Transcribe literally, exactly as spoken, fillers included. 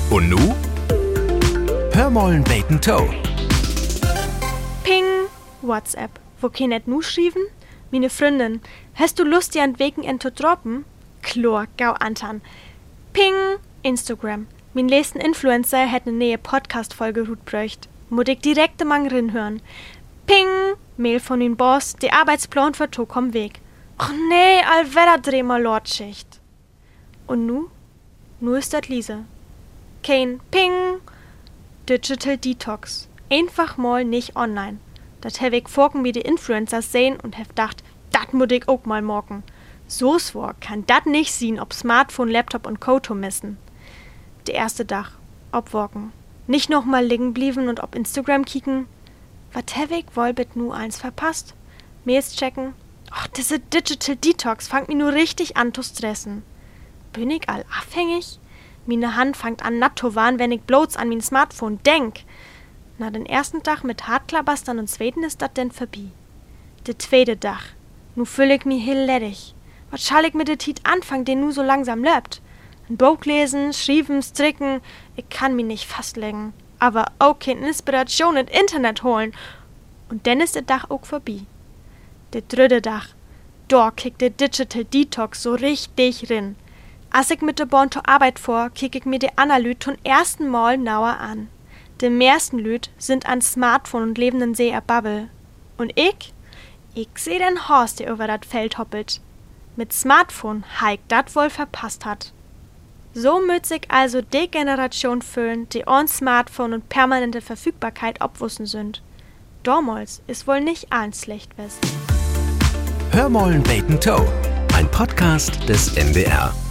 Und nu? Hörmollen Bacon Toe. Ping! WhatsApp. Wo kenet nu schrieben? Meine Freundin. Hast du Lust, dir an Wochenend zu droppen? Chlor, gau antan. Ping! Instagram. Min nächsten Influencer hätte eine neue Podcast-Folge gut bräucht. Muss ich direkt am Mang hören. Ping! Mail von den Boss. Der Arbeitsplan für to komm weg. Och nee, allwetter dreh mal Lordschicht. Und nu? Nu ist dat Lise. Kein Ping! Digital Detox. Einfach mal nicht online. Dat hab ich vorgen wie die Influencers sehen und hab gedacht, dat muss ich auch mal morgen. So swor kann dat nicht sehen, ob Smartphone, Laptop und Koto missen. Der erste Tag, ob Wochen. Nicht noch mal liegen blieben und ob Instagram kicken. Wat hab ich wohl bit nu eins verpasst? Mails checken. Och, diese Digital Detox fangt mir nur richtig an zu stressen. Bin ich all abhängig? Meine Hand fangt an natt zu warn, wenn ich bloß an mein Smartphone denk. Na, den ersten Tag mit Hartklabastern und zweiten ist dat denn vorbei. Der zweite Tag. Nu fühl ich mi heel ledig. Was schall ich mit der Tiet anfangen, den nu so langsam löbt? Ein Buch lesen, schreiben, stricken. Ich kann mi nicht fastlegen. Aber auch keine Inspiration ins Internet holen. Und dann ist der Tag auch vorbei. Der dritte Tag. Da kickt der Digital Detox so richtig rin. Als ich mit der Born zur Arbeit vor, kick ich mir die Analyt zum ersten Mal nauer an. Die meisten Lüt sind an Smartphone und lebenden See a Bubble. Und ich? Ich seh den Horst, der über dat Feld hoppelt. Mit Smartphone heik dat wohl verpasst hat. So mütz ich also die Generation füllen, die on Smartphone und permanente Verfügbarkeit obwussen sind. Damals ist wohl nicht allen schlecht west. Hörmollen Bacon Toe, ein Podcast des M D R.